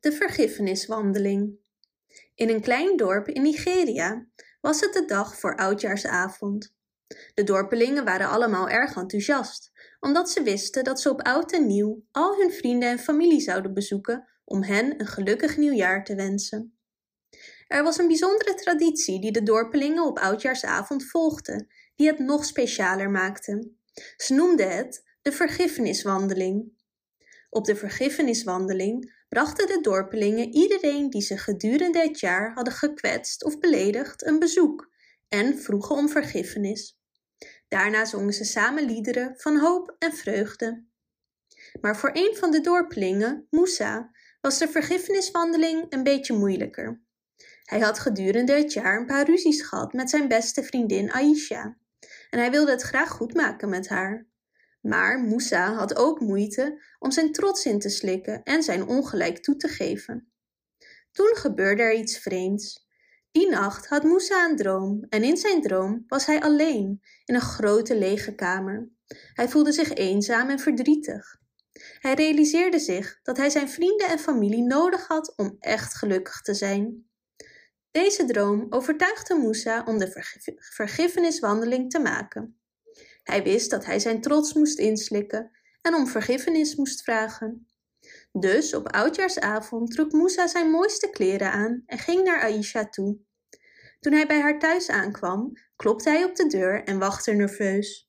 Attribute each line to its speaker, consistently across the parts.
Speaker 1: De vergiffeniswandeling. In een klein dorp in Nigeria was het de dag voor oudjaarsavond. De dorpelingen waren allemaal erg enthousiast, omdat ze wisten dat ze op oud en nieuw al hun vrienden en familie zouden bezoeken om hen een gelukkig nieuwjaar te wensen. Er was een bijzondere traditie die de dorpelingen op oudjaarsavond volgden, die het nog specialer maakte. Ze noemden het de vergiffeniswandeling. Op de vergiffeniswandeling brachten de dorpelingen iedereen die ze gedurende het jaar hadden gekwetst of beledigd een bezoek en vroegen om vergiffenis. Daarna zongen ze samen liederen van hoop en vreugde. Maar voor een van de dorpelingen, Moussa, was de vergiffeniswandeling een beetje moeilijker. Hij had gedurende het jaar een paar ruzies gehad met zijn beste vriendin Aisha en hij wilde het graag goedmaken met haar. Maar Moussa had ook moeite om zijn trots in te slikken en zijn ongelijk toe te geven. Toen gebeurde er iets vreemds. Die nacht had Moussa een droom en in zijn droom was hij alleen in een grote lege kamer. Hij voelde zich eenzaam en verdrietig. Hij realiseerde zich dat hij zijn vrienden en familie nodig had om echt gelukkig te zijn. Deze droom overtuigde Moussa om de vergiffeniswandeling te maken. Hij wist dat hij zijn trots moest inslikken en om vergiffenis moest vragen. Dus op oudjaarsavond trok Moussa zijn mooiste kleren aan en ging naar Aisha toe. Toen hij bij haar thuis aankwam, klopte hij op de deur en wachtte nerveus.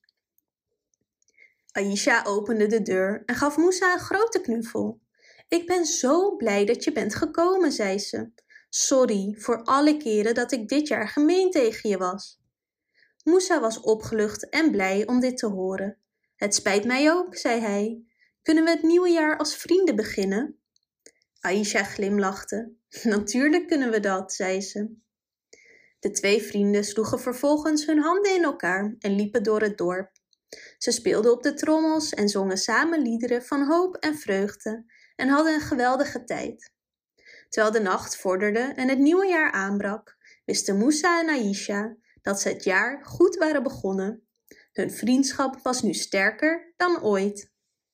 Speaker 1: Aisha opende de deur en gaf Moussa een grote knuffel. Ik ben zo blij dat je bent gekomen, zei ze. Sorry voor alle keren dat ik dit jaar gemeen tegen je was. Moussa was opgelucht en blij om dit te horen. Het spijt mij ook, zei hij. Kunnen we het nieuwe jaar als vrienden beginnen? Aisha glimlachte. Natuurlijk kunnen we dat, zei ze. De twee vrienden sloegen vervolgens hun handen in elkaar en liepen door het dorp. Ze speelden op de trommels en zongen samen liederen van hoop en vreugde en hadden een geweldige tijd. Terwijl de nacht vorderde en het nieuwe jaar aanbrak, wisten Moussa en Aisha dat ze het jaar goed waren begonnen. Hun vriendschap was nu sterker dan ooit.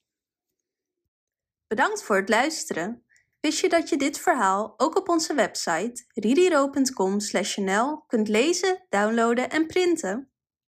Speaker 1: Bedankt voor het luisteren. Wist je dat je dit verhaal ook op onze website ririro.com/nl kunt lezen, downloaden en printen?